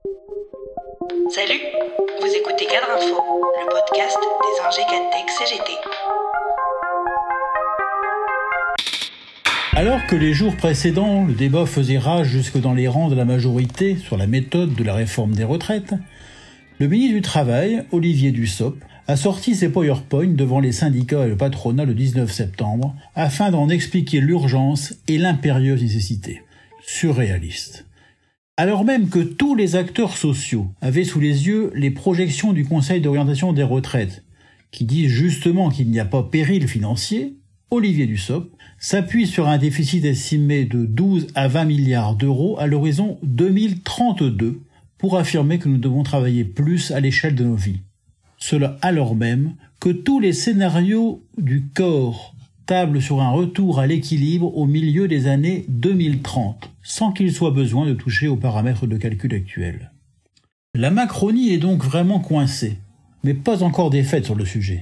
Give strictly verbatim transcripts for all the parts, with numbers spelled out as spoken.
Salut, vous écoutez Cadre Info, le podcast des ingés Cadtech C G T. Alors que les jours précédents, le débat faisait rage jusque dans les rangs de la majorité sur la méthode de la réforme des retraites, le ministre du Travail, Olivier Dussopt, a sorti ses PowerPoint devant les syndicats et le patronat le dix-neuf septembre afin d'en expliquer l'urgence et l'impérieuse nécessité. Surréaliste. Alors même que tous les acteurs sociaux avaient sous les yeux les projections du Conseil d'orientation des retraites, qui disent justement qu'il n'y a pas péril financier, Olivier Dussopt s'appuie sur un déficit estimé de douze à vingt milliards d'euros à l'horizon deux mille trente-deux pour affirmer que nous devons travailler plus à l'échelle de nos vies. Cela alors même que tous les scénarios du corps tablent sur un retour à l'équilibre au milieu des années deux mille trente, sans qu'il soit besoin de toucher aux paramètres de calcul actuels. La Macronie est donc vraiment coincée, mais pas encore défaite sur le sujet.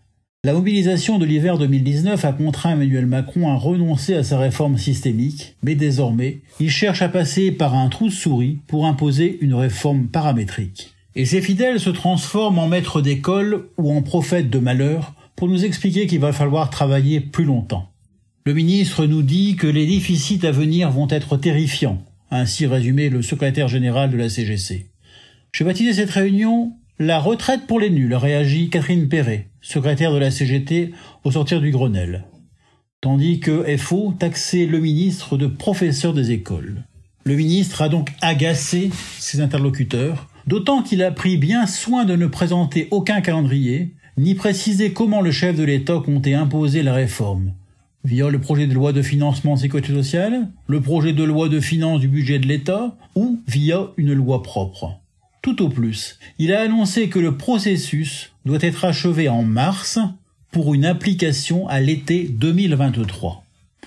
La mobilisation de l'hiver deux mille dix-neuf a contraint Emmanuel Macron à renoncer à sa réforme systémique, mais désormais, il cherche à passer par un trou de souris pour imposer une réforme paramétrique. Et ses fidèles se transforment en maîtres d'école ou en prophètes de malheur pour nous expliquer qu'il va falloir travailler plus longtemps. Le ministre nous dit que les déficits à venir vont être terrifiants, a ainsi résumé le secrétaire général de la C G C. J'ai baptisé cette réunion « La retraite pour les nuls », a réagi Catherine Perret, secrétaire de la C G T au sortir du Grenelle. Tandis que F O taxait le ministre de professeur des écoles. Le ministre a donc agacé ses interlocuteurs, d'autant qu'il a pris bien soin de ne présenter aucun calendrier, ni préciser comment le chef de l'État comptait imposer la réforme. Via le projet de loi de financement de sécurité sociale, le projet de loi de finances du budget de l'État, ou via une loi propre. Tout au plus, il a annoncé que le processus doit être achevé en mars pour une application à l'été deux mille vingt-trois.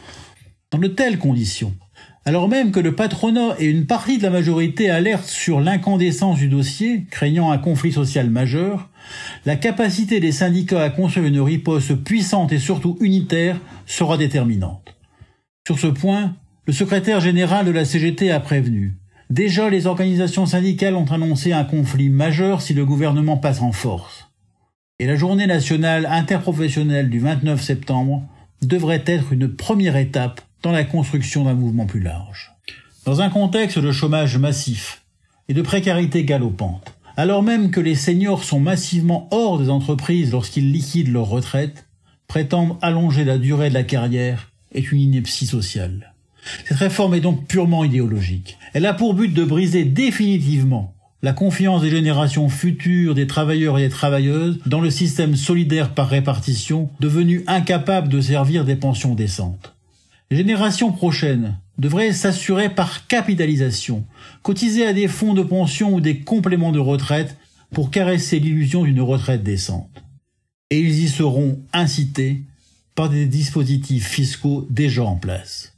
Dans de telles conditions, alors même que le patronat et une partie de la majorité alertent sur l'incandescence du dossier, craignant un conflit social majeur, la capacité des syndicats à construire une riposte puissante et surtout unitaire sera déterminante. Sur ce point, le secrétaire général de la C G T a prévenu. Déjà, les organisations syndicales ont annoncé un conflit majeur si le gouvernement passe en force. Et la journée nationale interprofessionnelle du vingt-neuf septembre devrait être une première étape dans la construction d'un mouvement plus large. Dans un contexte de chômage massif et de précarité galopante, alors même que les seniors sont massivement hors des entreprises lorsqu'ils liquident leur retraite, prétendre allonger la durée de la carrière est une ineptie sociale. Cette réforme est donc purement idéologique. Elle a pour but de briser définitivement la confiance des générations futures des travailleurs et des travailleuses dans le système solidaire par répartition, devenu incapable de servir des pensions décentes. Les générations prochaines devraient s'assurer par capitalisation, cotiser à des fonds de pension ou des compléments de retraite pour caresser l'illusion d'une retraite décente. Et ils y seront incités par des dispositifs fiscaux déjà en place.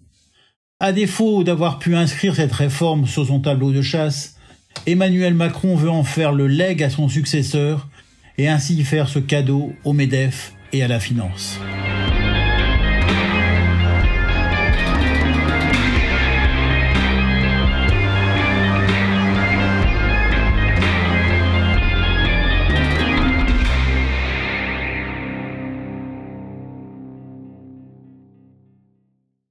À défaut d'avoir pu inscrire cette réforme sur son tableau de chasse, Emmanuel Macron veut en faire le legs à son successeur et ainsi faire ce cadeau au MEDEF et à la finance.